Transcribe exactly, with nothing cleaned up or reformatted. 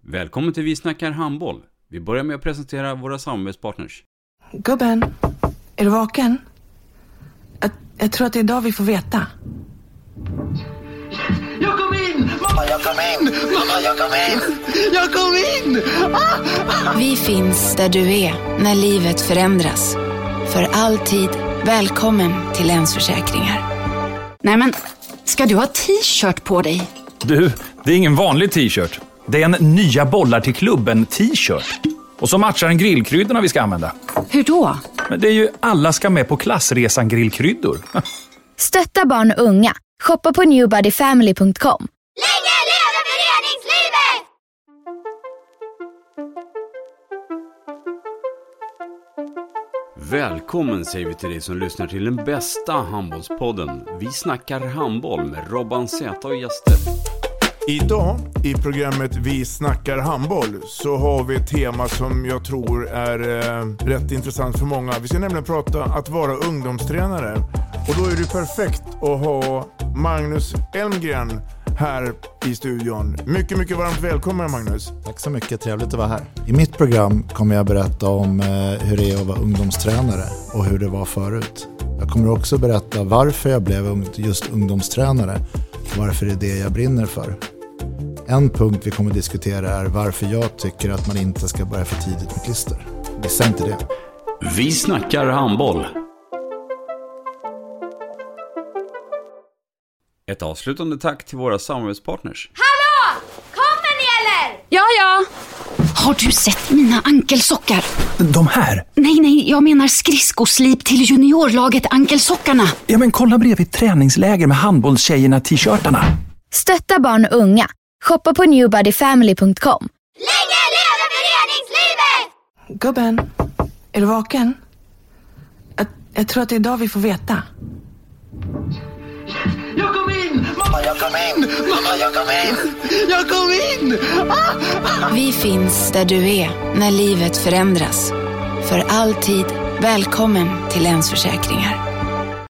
Välkommen till Vi snackar handboll. Vi börjar med att presentera våra samarbetspartners. Gubben, är du vaken? Jag, jag tror att det är idag vi får veta. Jag kom in! Mamma, jag kom in! Mamma, jag kom in! Jag kom in! Ah! Vi finns där du är när livet förändras. För alltid välkommen till Länsförsäkringar. Nej men, ska du ha t-shirt på dig? Du, det är ingen vanlig t-shirt. Det är en nya bollar till klubben t-shirt. Och så matchar den grillkryddorna vi ska använda. Hur då? Men det är ju alla ska med på klassresan grillkryddor. Stötta barn och unga. Shoppa på new body family punkt com. Länge leve föreningslivet! Välkommen säger vi till dig som lyssnar till den bästa handbollspodden. Vi snackar handboll med Robban Zäta och gäster. Idag i programmet Vi snackar handboll så har vi ett tema som jag tror är eh, rätt intressant för många. Vi ska nämligen prata att vara ungdomstränare. Och då är det perfekt att ha Magnus Elmgren här i studion. Mycket, mycket varmt välkommen Magnus. Tack så mycket, trevligt att vara här. I mitt program kommer jag berätta om eh, hur det är att vara ungdomstränare och hur det var förut. Jag kommer också berätta varför jag blev just ungdomstränare och varför det är det jag brinner för. En punkt vi kommer att diskutera är varför jag tycker att man inte ska börja för tidigt med klister. Missa inte det. Vi snackar handboll. Ett avslutande tack till våra samarbetspartners. Hallå! Kommer ni eller? Ja, ja. Har du sett mina ankelsockar? De här? Nej, nej, jag menar skridskoslip till juniorlaget ankelsockarna. Ja, men kolla bredvid träningsläger med handbollstjejerna t-shirtarna. Stötta barn och unga. Shoppa på new body family punkt com. Länge leve föreningslivet! Gubben, är du vaken? Jag, jag tror att det är idag vi får veta. Jag kom in! Mamma, jag kom in! Mamma, jag kom in! Jag kom in! Ah! Vi finns där du är när livet förändras. För alltid välkommen till Länsförsäkringar.